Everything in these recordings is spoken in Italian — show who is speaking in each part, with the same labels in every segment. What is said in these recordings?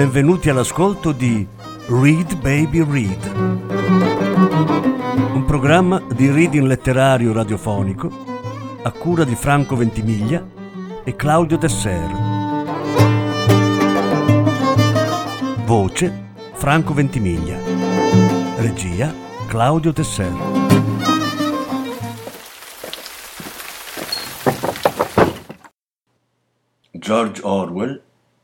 Speaker 1: Benvenuti all'ascolto di Read Baby Read, un programma di reading letterario radiofonico a cura di Franco Ventimiglia e Claudio Tesser. Voce Franco Ventimiglia. Regia Claudio Tesser.
Speaker 2: George Orwell,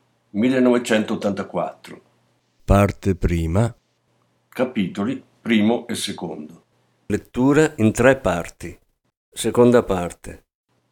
Speaker 2: 1984.
Speaker 1: Parte prima.
Speaker 2: Capitoli primo e secondo.
Speaker 1: Lettura in 3 parti. Seconda parte.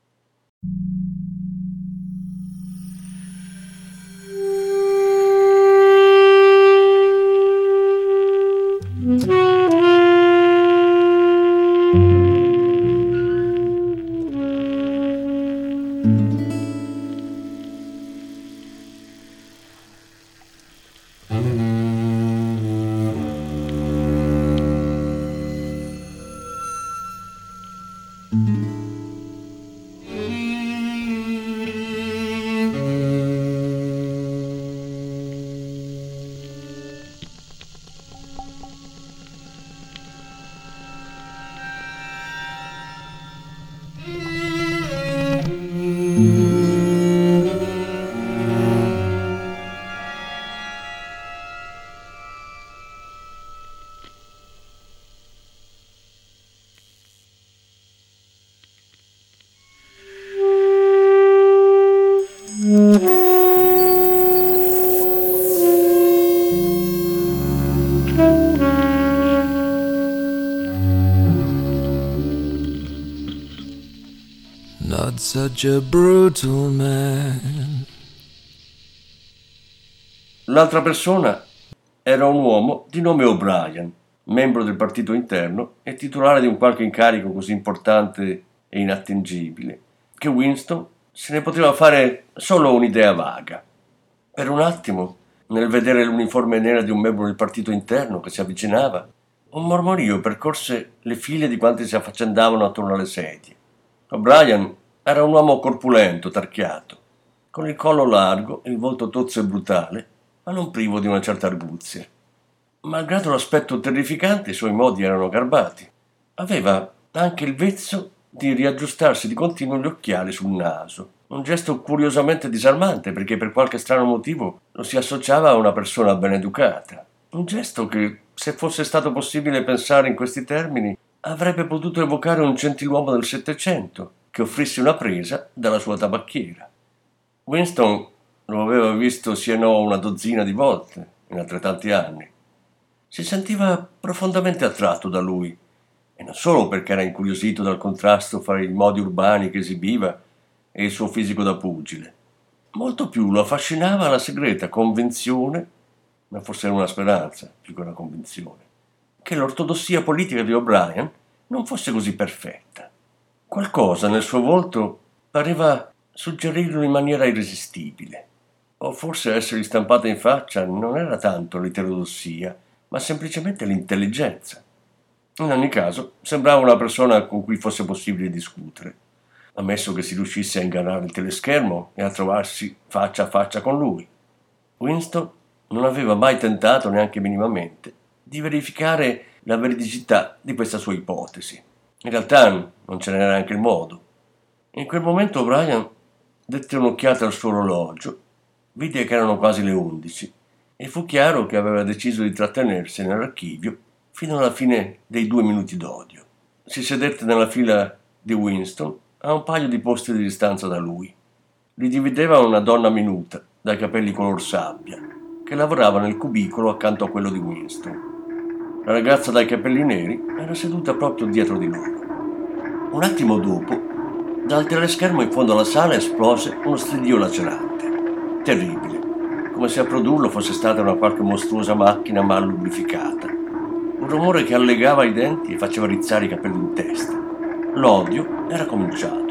Speaker 3: Not such a brutal man.
Speaker 2: L'altra persona era un uomo di nome O'Brien, membro del partito interno e titolare di un qualche incarico così importante e inattingibile che Winston se ne poteva fare solo un'idea vaga. Per un attimo, nel vedere l'uniforme nera di un membro del partito interno che si avvicinava, un mormorio percorse le file di quanti si affaccendavano attorno alle sedie. O'Brien era un uomo corpulento, tarchiato, con il collo largo, il volto tozzo e brutale, ma non privo di una certa arguzia. Malgrado l'aspetto terrificante, i suoi modi erano garbati. Aveva anche il vezzo di riaggiustarsi di continuo gli occhiali sul naso, un gesto curiosamente disarmante perché per qualche strano motivo lo si associava a una persona ben educata. Un gesto che, se fosse stato possibile pensare in questi termini, avrebbe potuto evocare un gentiluomo del Settecento che offrisse una presa dalla sua tabacchiera. Winston lo aveva visto sì e no una dozzina di volte in altrettanti anni. Si sentiva profondamente attratto da lui, e non solo perché era incuriosito dal contrasto fra i modi urbani che esibiva e il suo fisico da pugile. Molto più lo affascinava la segreta convinzione, ma forse era una speranza più che una convinzione, che l'ortodossia politica di O'Brien non fosse così perfetta. Qualcosa nel suo volto pareva suggerirlo in maniera irresistibile. O forse essergli stampata in faccia non era tanto l'eterodossia, ma semplicemente l'intelligenza. In ogni caso, sembrava una persona con cui fosse possibile discutere, ammesso che si riuscisse a ingannare il teleschermo e a trovarsi faccia a faccia con lui. Winston non aveva mai tentato, neanche minimamente, di verificare la veridicità di questa sua ipotesi. In realtà non ce n'era neanche il modo. In quel momento O'Brien dette un'occhiata al suo orologio, vide che erano quasi le 11 e fu chiaro che aveva deciso di trattenersi nell'archivio fino alla fine dei 2 minuti d'odio. Si sedette nella fila di Winston a un paio di posti di distanza da lui. Li divideva una donna minuta, dai capelli color sabbia, che lavorava nel cubicolo accanto a quello di Winston. La ragazza dai capelli neri era seduta proprio dietro di loro. Un attimo dopo, dal teleschermo in fondo alla sala esplose uno stridio lacerante, terribile, come se a produrlo fosse stata una qualche mostruosa macchina mal lubrificata. Un rumore che allegava i denti e faceva rizzare i capelli in testa. L'odio era cominciato.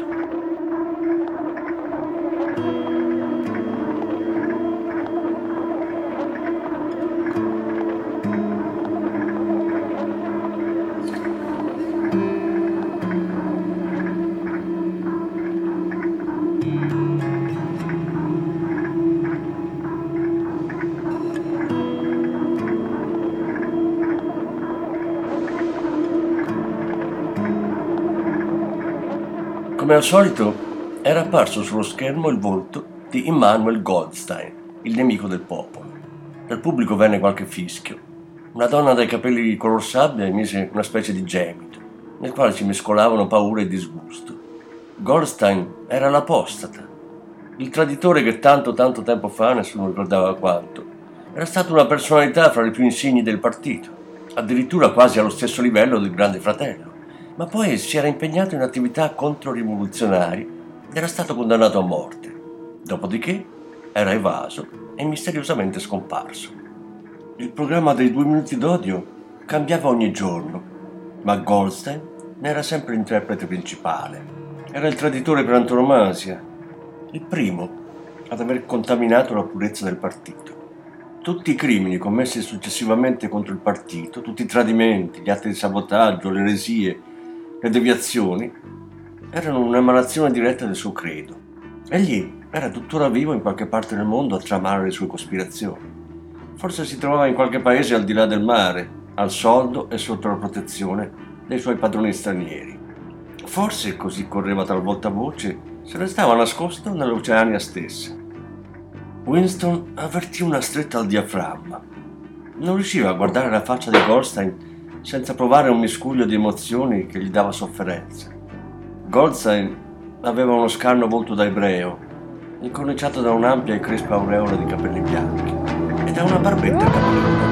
Speaker 2: Come al solito era apparso sullo schermo il volto di Immanuel Goldstein, il nemico del popolo. Dal pubblico venne qualche fischio. Una donna dai capelli color sabbia emise una specie di gemito, nel quale si mescolavano paura e disgusto. Goldstein era l'apostata, il traditore che tanto tempo fa, nessuno ricordava quanto, era stato una personalità fra le più insigni del partito, addirittura quasi allo stesso livello del Grande Fratello, ma poi si era impegnato in attività controrivoluzionarie ed era stato condannato a morte. Dopodiché era evaso e misteriosamente scomparso. Il programma dei 2 minuti d'odio cambiava ogni giorno, ma Goldstein ne era sempre l'interprete principale. Era il traditore per antonomasia, il primo ad aver contaminato la purezza del partito. Tutti i crimini commessi successivamente contro il partito, tutti i tradimenti, gli atti di sabotaggio, le eresie, le deviazioni, erano un'emanazione diretta del suo credo. Egli era tuttora vivo in qualche parte del mondo a tramare le sue cospirazioni. Forse si trovava in qualche paese al di là del mare, al soldo e sotto la protezione dei suoi padroni stranieri. Forse, così correva talvolta voce, se ne stava nascosto nell'Oceania stessa. Winston avvertì una stretta al diaframma. Non riusciva a guardare la faccia di Goldstein senza provare un miscuglio di emozioni che gli dava sofferenza. Goldstein aveva uno scarno volto da ebreo, incorniciato da un'ampia e crespa aureola di capelli bianchi e da una barbetta caprina.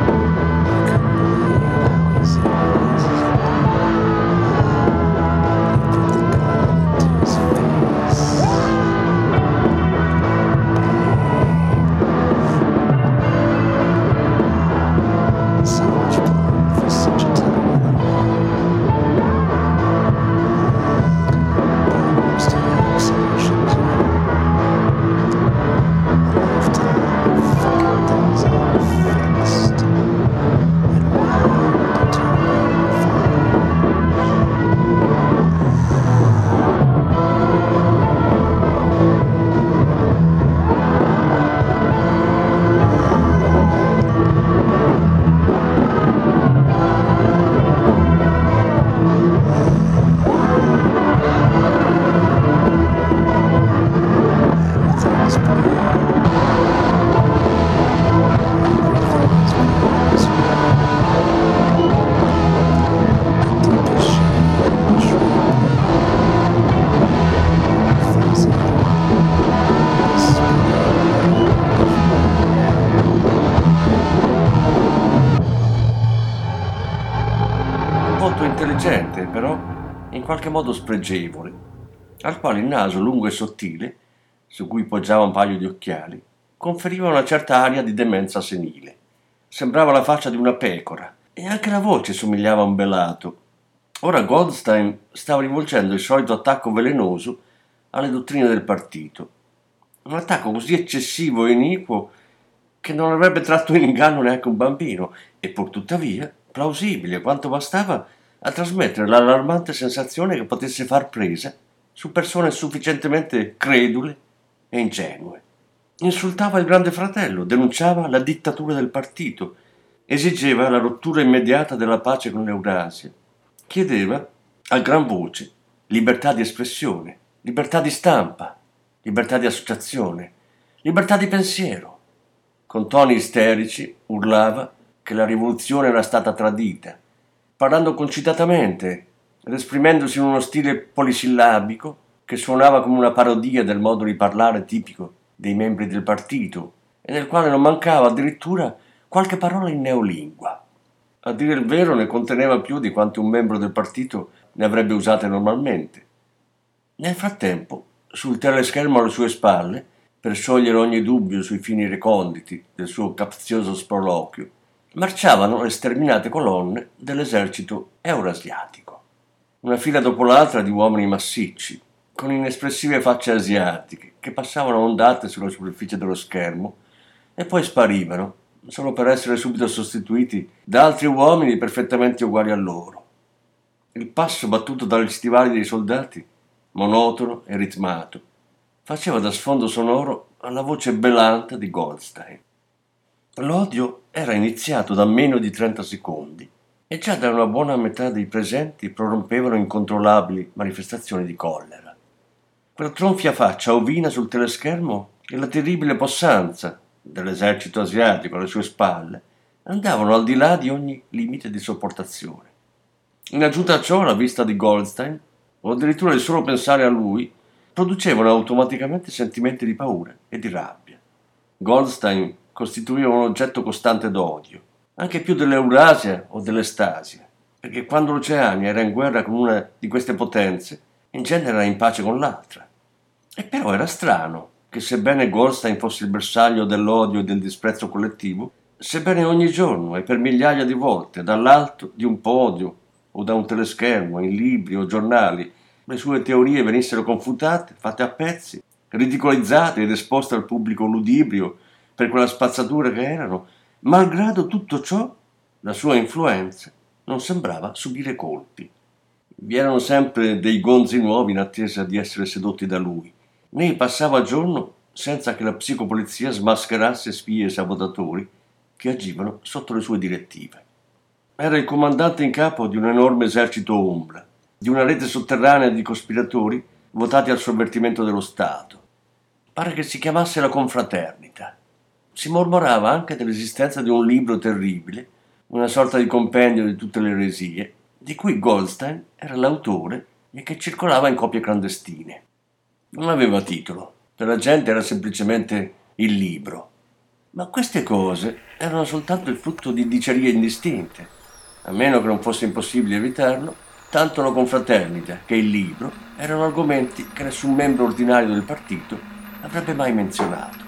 Speaker 2: Molto intelligente, però in qualche modo spregevole, al quale il naso lungo e sottile, su cui poggiava un paio di occhiali, conferiva una certa aria di demenza senile. Sembrava la faccia di una pecora e anche la voce somigliava a un belato. Ora Goldstein stava rivolgendo il solito attacco velenoso alle dottrine del partito. Un attacco così eccessivo e iniquo che non avrebbe tratto in inganno neanche un bambino, e pur tuttavia plausibile quanto bastava a trasmettere l'allarmante sensazione che potesse far presa su persone sufficientemente credule e ingenue. Insultava il Grande Fratello, denunciava la dittatura del partito, esigeva la rottura immediata della pace con l'Eurasia, chiedeva a gran voce libertà di espressione, libertà di stampa, libertà di associazione, libertà di pensiero. Con toni isterici urlava che la rivoluzione era stata tradita, parlando concitatamente ed esprimendosi in uno stile polisillabico che suonava come una parodia del modo di parlare tipico dei membri del partito e nel quale non mancava addirittura qualche parola in neolingua. A dire il vero ne conteneva più di quanto un membro del partito ne avrebbe usate normalmente. Nel frattempo, sul teleschermo alle sue spalle, per sciogliere ogni dubbio sui fini reconditi del suo capzioso sproloquio, marciavano le sterminate colonne dell'esercito eurasiatico. Una fila dopo l'altra di uomini massicci, con inespressive facce asiatiche, che passavano a ondate sulla superficie dello schermo e poi sparivano, solo per essere subito sostituiti da altri uomini perfettamente uguali a loro. Il passo battuto dagli stivali dei soldati, monotono e ritmato, faceva da sfondo sonoro alla voce belante di Goldstein. L'odio era iniziato da meno di 30 secondi e già da una buona metà dei presenti prorompevano incontrollabili manifestazioni di collera. Quella tronfia faccia ovina sul teleschermo e la terribile possanza dell'esercito asiatico alle sue spalle andavano al di là di ogni limite di sopportazione. In aggiunta a ciò, la vista di Goldstein, o addirittura il solo pensare a lui, producevano automaticamente sentimenti di paura e di rabbia. Goldstein costituiva un oggetto costante d'odio, anche più dell'Eurasia o dell'Estasia, perché quando l'Oceania era in guerra con una di queste potenze, in genere era in pace con l'altra. E però era strano che, sebbene Goldstein fosse il bersaglio dell'odio e del disprezzo collettivo, sebbene ogni giorno e per migliaia di volte dall'alto di un podio o da un teleschermo, in libri o giornali, le sue teorie venissero confutate, fatte a pezzi, ridicolizzate ed esposte al pubblico ludibrio per quella spazzatura che erano, malgrado tutto ciò, la sua influenza non sembrava subire colpi. Vi erano sempre dei gonzi nuovi in attesa di essere sedotti da lui. Né passava giorno senza che la psicopolizia smascherasse spie e sabotatori che agivano sotto le sue direttive. Era il comandante in capo di un enorme esercito ombra, di una rete sotterranea di cospiratori votati al sovvertimento dello Stato. Pare che si chiamasse la Confraternita. Si mormorava anche dell'esistenza di un libro terribile, una sorta di compendio di tutte le eresie, di cui Goldstein era l'autore e che circolava in copie clandestine. Non aveva titolo, per la gente era semplicemente il libro. Ma queste cose erano soltanto il frutto di dicerie indistinte. A meno che non fosse impossibile evitarlo, tanto la confraternita che il libro erano argomenti che nessun membro ordinario del partito avrebbe mai menzionato.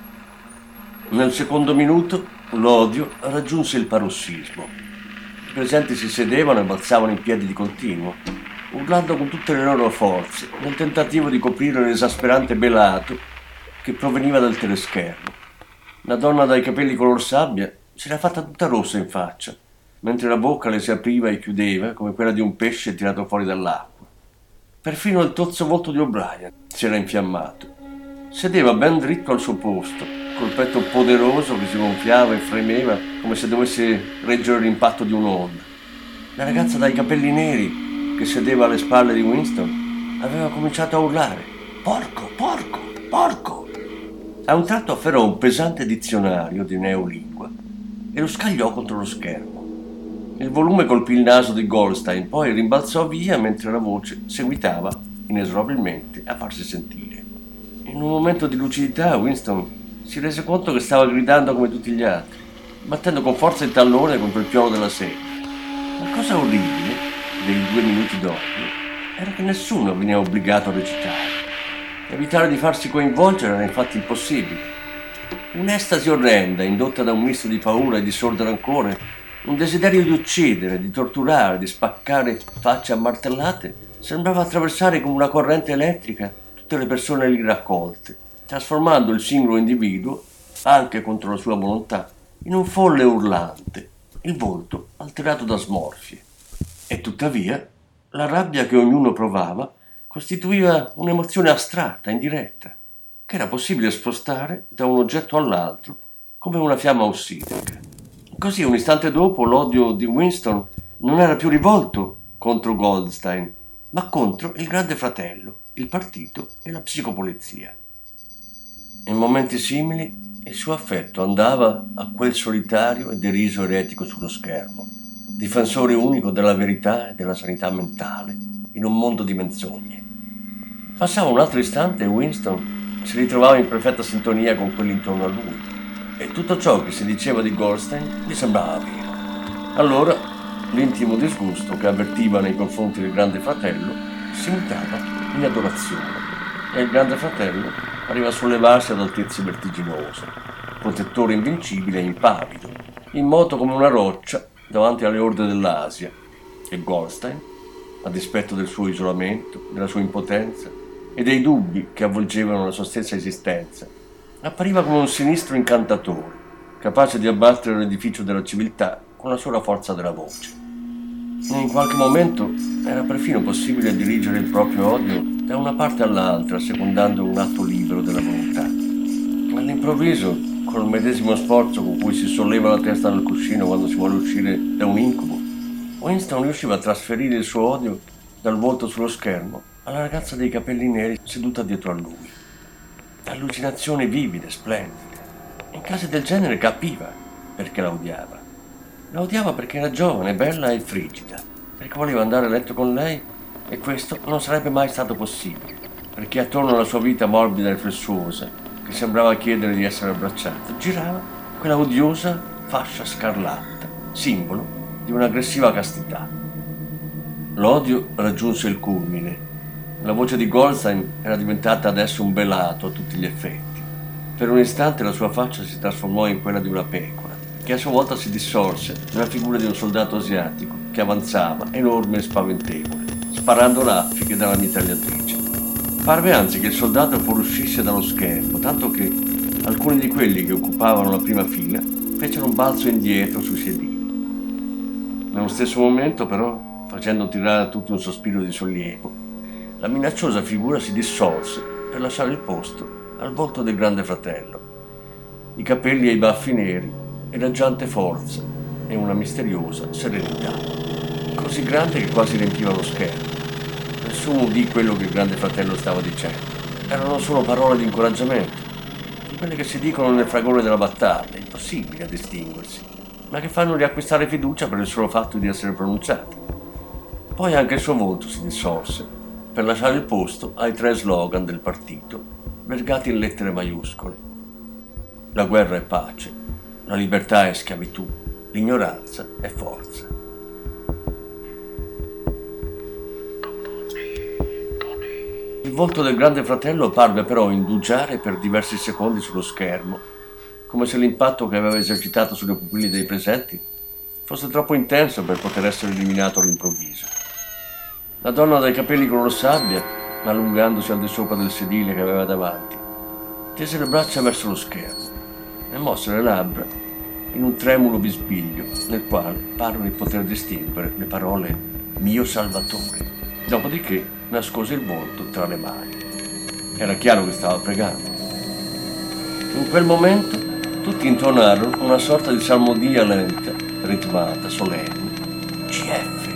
Speaker 2: Nel secondo minuto l'odio raggiunse il parossismo. I presenti si sedevano e balzavano in piedi di continuo, urlando con tutte le loro forze nel tentativo di coprire l'esasperante belato che proveniva dal teleschermo. La donna dai capelli color sabbia si era fatta tutta rossa in faccia, mentre la bocca le si apriva e chiudeva come quella di un pesce tirato fuori dall'acqua. Perfino il tozzo volto di O'Brien si era infiammato. Sedeva ben dritto al suo posto, col petto poderoso che si gonfiava e fremeva come se dovesse reggere l'impatto di un'onda. La ragazza dai capelli neri, che sedeva alle spalle di Winston, aveva cominciato a urlare: «Porco, porco, porco!» A un tratto afferrò un pesante dizionario di neolingua e lo scagliò contro lo schermo. Il volume colpì il naso di Goldstein, poi rimbalzò via mentre la voce seguitava inesorabilmente a farsi sentire. In un momento di lucidità Winston si rese conto che stava gridando come tutti gli altri, battendo con forza il tallone contro il piano della sedia. La cosa orribile dei 2 minuti dopo era che nessuno veniva obbligato a recitare. Evitare di farsi coinvolgere era infatti impossibile. Un'estasi orrenda, indotta da un misto di paura e di sordo rancore, un desiderio di uccidere, di torturare, di spaccare facce a martellate, sembrava attraversare come una corrente elettrica tutte le persone lì raccolte, trasformando il singolo individuo, anche contro la sua volontà, in un folle urlante, il volto alterato da smorfie. E tuttavia, la rabbia che ognuno provava costituiva un'emozione astratta, indiretta, che era possibile spostare da un oggetto all'altro come una fiamma ossidrica. Così, un istante dopo, l'odio di Winston non era più rivolto contro Goldstein, ma contro il Grande Fratello, il partito e la psicopolizia. In momenti simili, il suo affetto andava a quel solitario e deriso eretico sullo schermo, difensore unico della verità e della sanità mentale, in un mondo di menzogne. Passava un altro istante e Winston si ritrovava in perfetta sintonia con quelli intorno a lui, e tutto ciò che si diceva di Goldstein gli sembrava vero. Allora l'intimo disgusto che avvertiva nei confronti del Grande Fratello si mutava in adorazione, e il Grande Fratello arriva a sollevarsi ad altezze vertiginose, protettore invincibile e impavido, in moto come una roccia davanti alle orde dell'Asia, e Goldstein, a dispetto del suo isolamento, della sua impotenza e dei dubbi che avvolgevano la sua stessa esistenza, appariva come un sinistro incantatore, capace di abbattere l'edificio della civiltà con la sola forza della voce. In qualche momento era perfino possibile dirigere il proprio odio da una parte all'altra, secondando un atto libero della volontà. All'improvviso, col medesimo sforzo con cui si solleva la testa dal cuscino quando si vuole uscire da un incubo, Winston riusciva a trasferire il suo odio dal volto sullo schermo alla ragazza dei capelli neri seduta dietro a lui. Allucinazioni vivide, splendide. In casi del genere capiva perché la odiava. La odiava perché era giovane, bella e frigida, perché voleva andare a letto con lei e questo non sarebbe mai stato possibile, perché attorno alla sua vita morbida e flessuosa, che sembrava chiedere di essere abbracciata, girava quella odiosa fascia scarlatta, simbolo di un'aggressiva castità. L'odio raggiunse il culmine. La voce di Goldstein era diventata adesso un belato a tutti gli effetti. Per un istante la sua faccia si trasformò in quella di una pecora, che a sua volta si dissolse nella figura di un soldato asiatico che avanzava, enorme e spaventevole, sparando raffiche dalla mitragliatrice. Parve anzi che il soldato fuoriuscisse dallo schermo, tanto che alcuni di quelli che occupavano la prima fila fecero un balzo indietro sui sedili. Nello stesso momento, però, facendo tirare a tutti un sospiro di sollievo, la minacciosa figura si dissolse per lasciare il posto al volto del Grande Fratello. I capelli e i baffi neri e raggiante forza e una misteriosa serenità, così grande che quasi riempiva lo schermo. Nessuno udì quello che il Grande Fratello stava dicendo. Erano solo parole di incoraggiamento, quelle che si dicono nel fragore della battaglia, impossibili a distinguersi, ma che fanno riacquistare fiducia per il solo fatto di essere pronunciate. Poi anche il suo volto si dissolse, per lasciare il posto ai 3 slogan del partito, vergati in lettere maiuscole. La guerra è pace, la libertà è schiavitù, l'ignoranza è forza. Il volto del Grande Fratello parve però indugiare per diversi secondi sullo schermo, come se l'impatto che aveva esercitato sulle pupille dei presenti fosse troppo intenso per poter essere eliminato all'improvviso. La donna dai capelli color sabbia, allungandosi al di sopra del sedile che aveva davanti, tese le braccia verso lo schermo e mosse le labbra in un tremulo bisbiglio nel quale parve di poter distinguere le parole «mio Salvatore». Dopodiché nascose il volto tra le mani. Era chiaro che stava pregando. In quel momento tutti intonarono una sorta di salmodia lenta, ritmata, solenne. GF,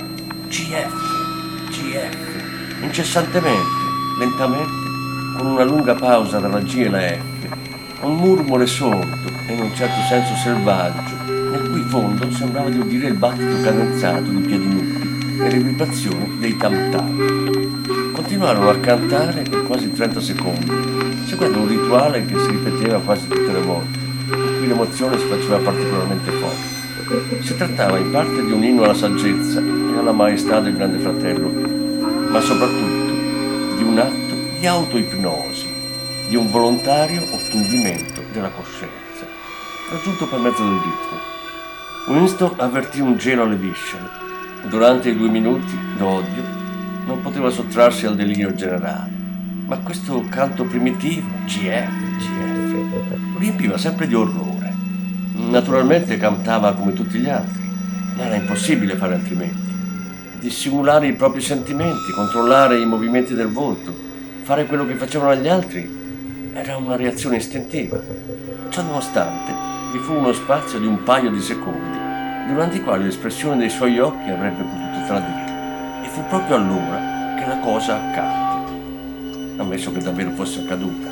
Speaker 2: GF, GF, incessantemente, lentamente, con una lunga pausa tra la G e la F, un murmure sordo e in un certo senso selvaggio, nel cui fondo sembrava di udire il battito cadenzato di piedi nudi e le vibrazioni dei tam-tam. Continuarono a cantare per quasi 30 secondi, seguendo un rituale che si ripeteva quasi tutte le volte, in cui l'emozione si faceva particolarmente forte. Si trattava in parte di un inno alla saggezza e alla maestà del Grande Fratello, ma soprattutto di un atto di autoipnosi, di un volontario ottundimento della coscienza, raggiunto per mezzo del ritmo. Winston avvertì un gelo alle viscere. Durante i 2 minuti d'odio non poteva sottrarsi al delirio generale, ma questo canto primitivo, GF, lo riempiva sempre di orrore. Naturalmente cantava come tutti gli altri, ma era impossibile fare altrimenti. Dissimulare i propri sentimenti, controllare i movimenti del volto, fare quello che facevano gli altri, era una reazione istintiva. Ciononostante, vi fu uno spazio di un paio di secondi, durante i quali l'espressione dei suoi occhi avrebbe potuto tradire. E fu proprio allora che la cosa accadde, ammesso che davvero fosse accaduta.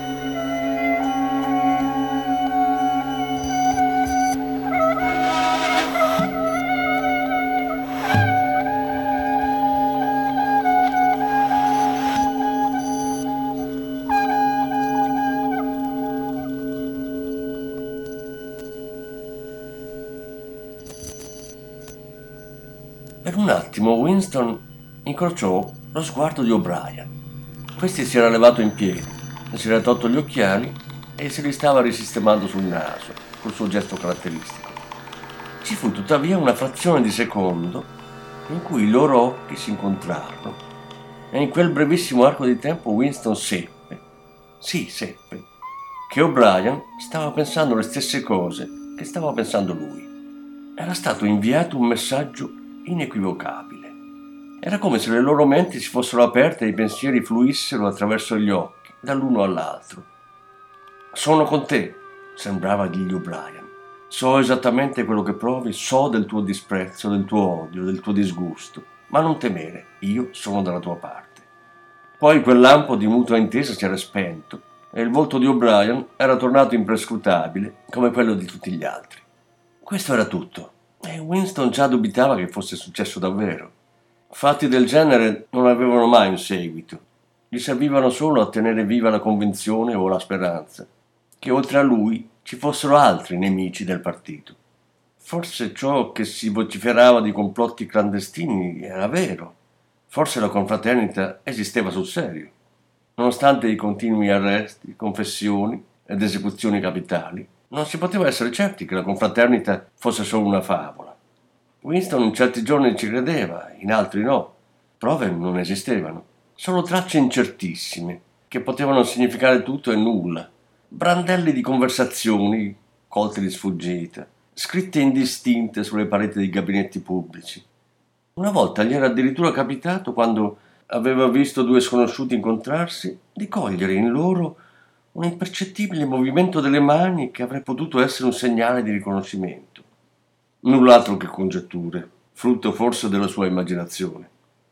Speaker 2: Per un attimo Winston incrociò lo sguardo di O'Brien. Questi si era levato in piedi, si era tolto gli occhiali e se li stava risistemando sul naso, col suo gesto caratteristico. Ci fu tuttavia una frazione di secondo in cui i loro occhi si incontrarono e in quel brevissimo arco di tempo Winston seppe, che O'Brien stava pensando le stesse cose che stava pensando lui. Era stato inviato un messaggio inequivocabile. Era come se le loro menti si fossero aperte e i pensieri fluissero attraverso gli occhi, dall'uno all'altro. «Sono con te», sembrava dirgli O'Brien. So esattamente quello che provi, so del tuo disprezzo, del tuo odio, del tuo disgusto, ma non temere, io sono dalla tua parte. Poi quel lampo di mutua intesa si era spento e il volto di O'Brien era tornato imperscrutabile come quello di tutti gli altri. Questo era tutto, e Winston già dubitava che fosse successo davvero. Fatti del genere non avevano mai un seguito, gli servivano solo a tenere viva la convinzione o la speranza che oltre a lui ci fossero altri nemici del partito. Forse ciò che si vociferava di complotti clandestini era vero. Forse la confraternita esisteva sul serio. Nonostante i continui arresti, confessioni ed esecuzioni capitali, non si poteva essere certi che la confraternita fosse solo una favola. Winston in certi giorni ci credeva, in altri no. Prove non esistevano, solo tracce incertissime, che potevano significare tutto e nulla. Brandelli di conversazioni, colte di sfuggita, scritte indistinte sulle pareti dei gabinetti pubblici. Una volta gli era addirittura capitato, quando aveva visto due sconosciuti incontrarsi, di cogliere in loro un impercettibile movimento delle mani che avrebbe potuto essere un segnale di riconoscimento. Null'altro che congetture, frutto forse della sua immaginazione.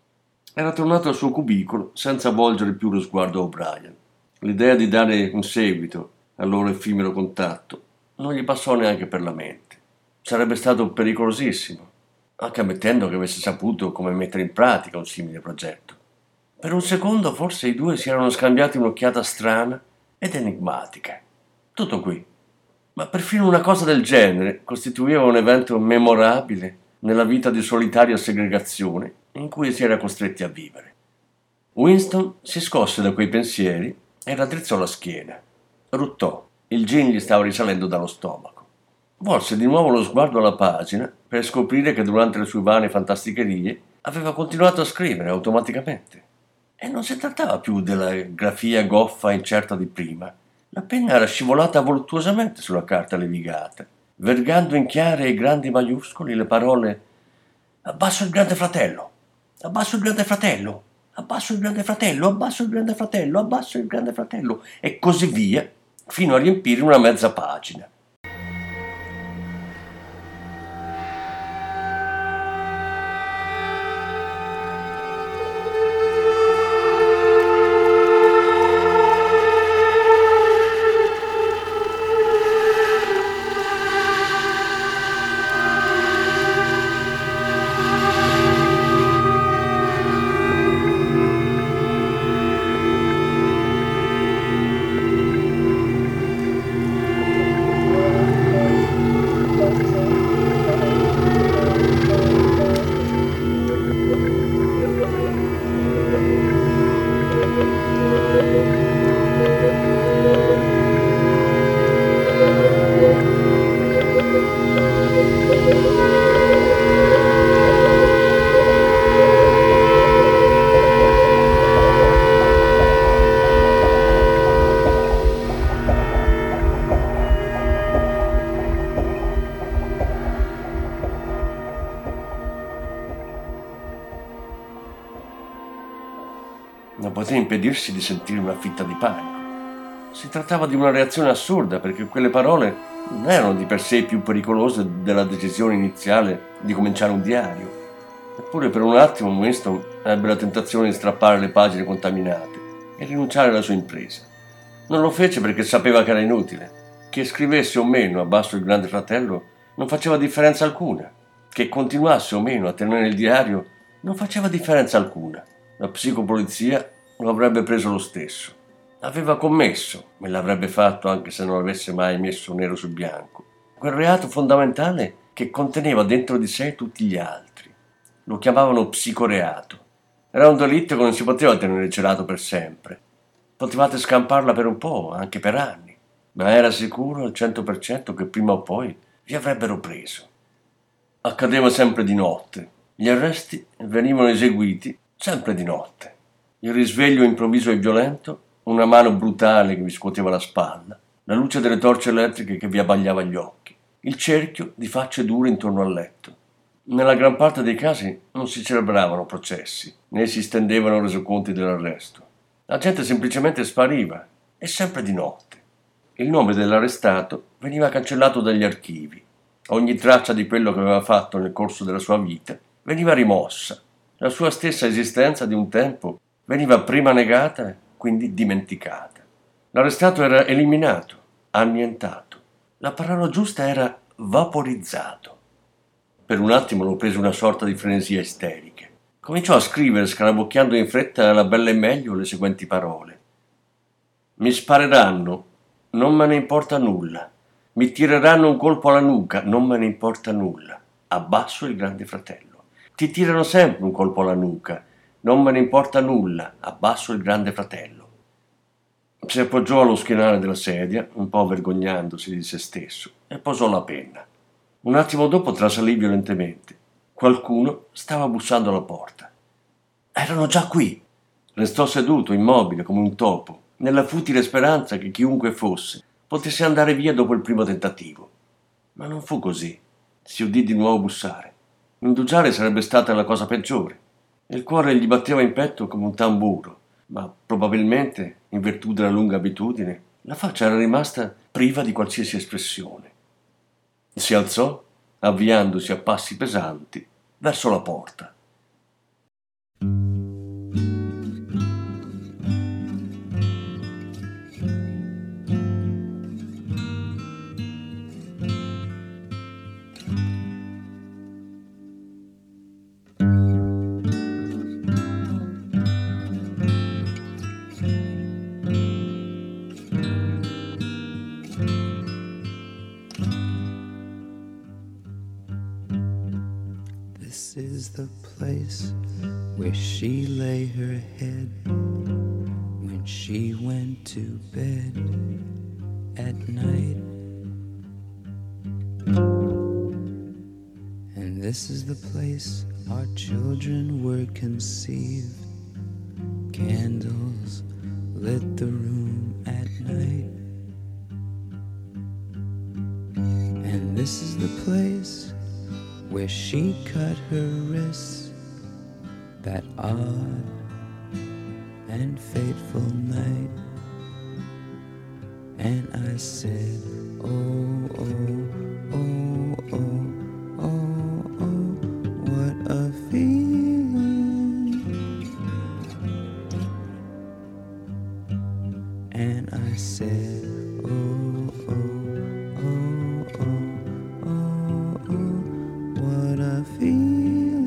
Speaker 2: Era tornato al suo cubicolo senza volgere più lo sguardo a O'Brien. L'idea di dare un seguito al loro effimero contatto non gli passò neanche per la mente. Sarebbe stato pericolosissimo, anche ammettendo che avesse saputo come mettere in pratica un simile progetto. Per un secondo forse i due si erano scambiati un'occhiata strana ed enigmatica. Tutto qui. Ma perfino una cosa del genere costituiva un evento memorabile nella vita di solitaria segregazione in cui si era costretti a vivere. Winston si scosse da quei pensieri e raddrizzò la schiena. Ruttò. Il gin gli stava risalendo dallo stomaco. Volse di nuovo lo sguardo alla pagina per scoprire che durante le sue vane fantasticherie aveva continuato a scrivere automaticamente. E non si trattava più della grafia goffa e incerta di prima. La penna era scivolata voluttuosamente sulla carta levigata, vergando in chiare e grandi maiuscoli le parole «Abbasso il grande fratello! Abbasso il grande fratello! Abbasso il grande fratello! Abbasso il grande fratello! Abbasso il grande fratello!» e così via, fino a riempire una mezza pagina. Non poté impedirsi di sentire una fitta di panico. Si trattava di una reazione assurda, perché quelle parole non erano di per sé più pericolose della decisione iniziale di cominciare un diario. Eppure per un attimo Winston ebbe la tentazione di strappare le pagine contaminate e rinunciare alla sua impresa. Non lo fece perché sapeva che era inutile. Che scrivesse o meno Abbasso il grande fratello non faceva differenza alcuna. Che continuasse o meno a tenere il diario non faceva differenza alcuna. La psicopolizia lo avrebbe preso lo stesso. Aveva commesso, e l'avrebbe fatto anche se non avesse mai messo nero su bianco, quel reato fondamentale che conteneva dentro di sé tutti gli altri. Lo chiamavano psicoreato. Era un delitto che non si poteva tenere celato per sempre. Potevate scamparla per un po', anche per anni, ma era sicuro al 100% che prima o poi vi avrebbero preso. Accadeva sempre di notte. Gli arresti venivano eseguiti sempre di notte. Il risveglio improvviso e violento, una mano brutale che vi scuoteva la spalla, la luce delle torce elettriche che vi abbagliava gli occhi, il cerchio di facce dure intorno al letto. Nella gran parte dei casi non si celebravano processi, né si stendevano resoconti dell'arresto. La gente semplicemente spariva, e sempre di notte. il nome dell'arrestato veniva cancellato dagli archivi. Ogni traccia di quello che aveva fatto nel corso della sua vita veniva rimossa. La sua stessa esistenza di un tempo veniva prima negata e quindi dimenticata. L'arrestato era eliminato, annientato. La parola giusta era vaporizzato. Per un attimo lo prese una sorta di frenesia isterica. Cominciò a scrivere, scarabocchiando in fretta alla bella e meglio le seguenti parole. Mi spareranno, non me ne importa nulla. Mi tireranno un colpo alla nuca, non me ne importa nulla. Abbasso il grande fratello. Ti tirano sempre un colpo alla nuca, non me ne importa nulla. Abbasso il grande fratello. Si appoggiò allo schienale della sedia, un po' vergognandosi di se stesso, e posò la penna. Un attimo dopo trasalì violentemente. Qualcuno stava bussando alla porta. Erano già qui. Restò seduto, immobile, come un topo, nella futile speranza che chiunque fosse potesse andare via dopo il primo tentativo. Ma non fu così. Si udì di nuovo bussare. Indugiare sarebbe stata la cosa peggiore. Il cuore gli batteva in petto come un tamburo, ma probabilmente, in virtù della lunga abitudine, la faccia era rimasta priva di qualsiasi espressione. Si alzò, avviandosi a passi pesanti verso la porta.
Speaker 3: This is the place where she lay her head when she went to bed at night. And this is the place our children were conceived. Candles lit the room at night. And this is the place where she cut her wrists that odd and fateful night. And I said, oh, oh, oh, oh, oh, oh, what a feeling. And I said, oh, oh, oh, oh, oh, oh, what a feeling.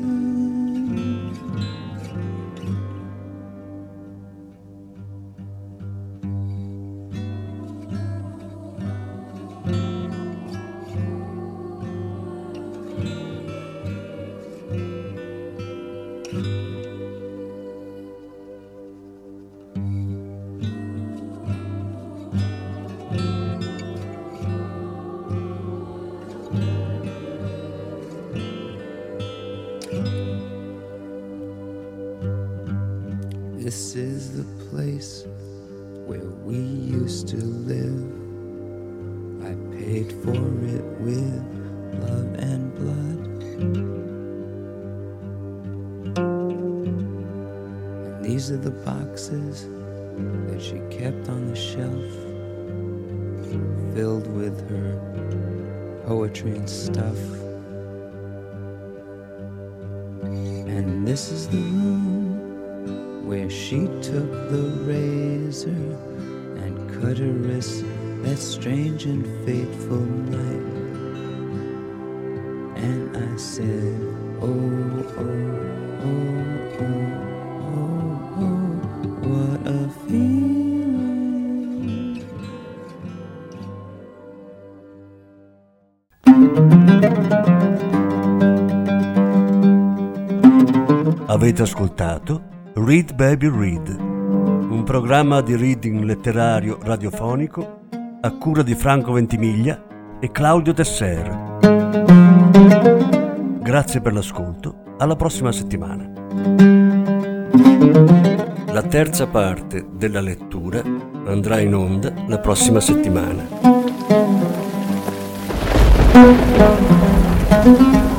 Speaker 3: This is the place where we used to live. I paid for it with love and blood. And these are the boxes that she kept on the shelf, filled with her poetry and stuff. And this is the room where she took the razor and cut her wrist that strange and fateful night. And I said, oh, oh, oh, oh, oh, oh, what a feeling.
Speaker 1: Avete ascoltato Read Baby Read, un programma di reading letterario radiofonico a cura di Franco Ventimiglia e Claudio Tesser. Grazie per l'ascolto, alla prossima settimana. La terza parte della lettura andrà in onda la prossima settimana.